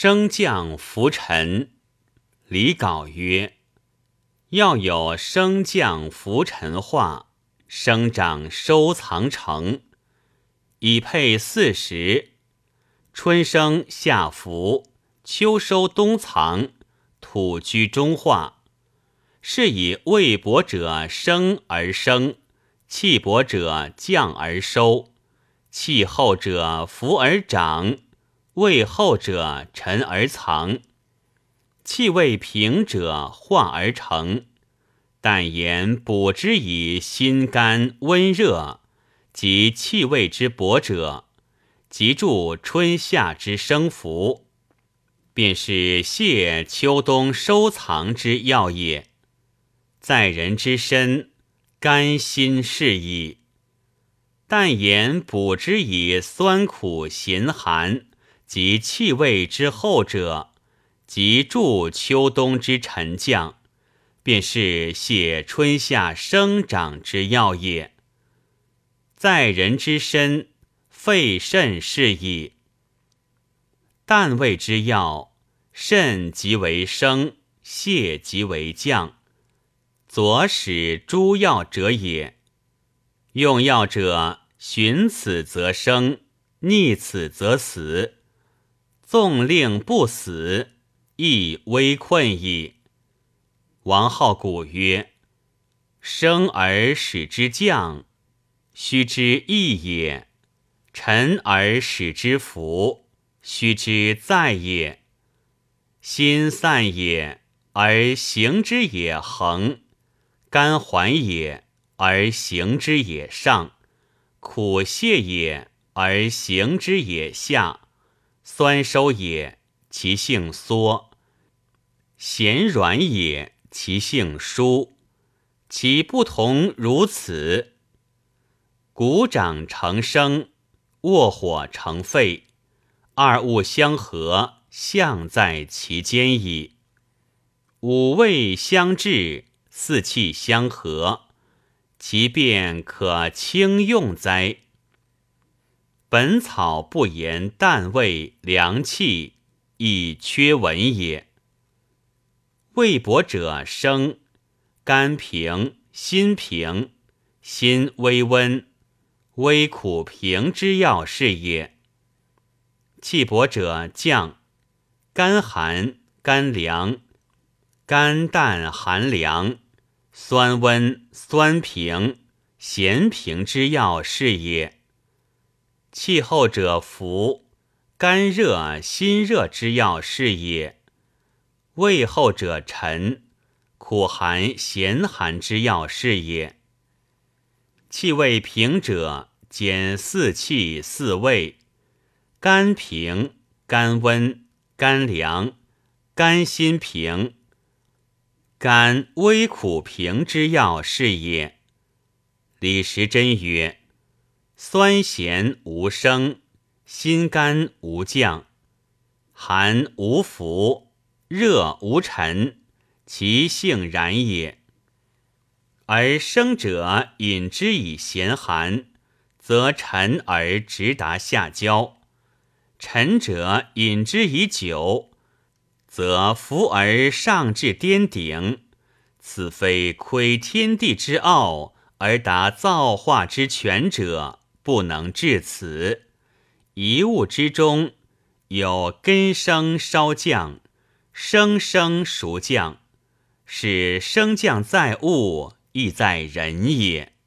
升降浮沉。李杲曰：要有升降浮沉化，生长收藏成，以配四时。春生夏伏，秋收冬藏，土居中化。是以未勃者生而生，气勃者降而收，气厚者浮而长，味厚者沉而藏，气味平者化而成。但言补之以心肝温热，及气味之薄者，即助春夏之生伏，便是泄秋冬收藏之要也。在人之身，肝心是矣。但言补之以酸苦咸寒及气味之厚者，即助秋冬之沉降，便是泄春夏生长之要也。在人之身，肺肾是矣。淡味之要，肾即为升，泻即为降，左使诸药者也。用药者，循此则生，逆此则死。纵令不死，亦危困矣。王好古曰：生而使之降，须之易也；沉而使之浮，须之在也。心散也，而行之也横；肝缓也，而行之也上；苦泻也，而行之也下；酸收也，其性缩；咸软也，其性疏。其不同如此。鼓掌成声，卧火成沸，二物相合，象在其间矣。五味相治，四气相合，其变可轻用哉？本草不言淡味凉气，亦缺文也。味薄者生，肝平，心平，心微温，微苦平之要是也。气薄者降，肝寒，肝凉，肝淡寒凉，酸温，酸平，咸平之要是也。气厚者浮，肝热，心热之要是也。味厚者沉，苦寒咸寒之要是也。气味平者，兼四气四味，肝平，肝温，肝凉，肝心平，肝微苦平之要是也。李时珍曰：酸咸无升，心肝无降，寒无浮，热无沉，其性然也。而生者饮之以咸寒，则沉而直达下焦；沉者饮之以久，则浮而上至巅顶。此非窥天地之奥而达造化之全者，不能至此。一物之中，有根生稍降，生生孰降，使升降在物，亦在人也。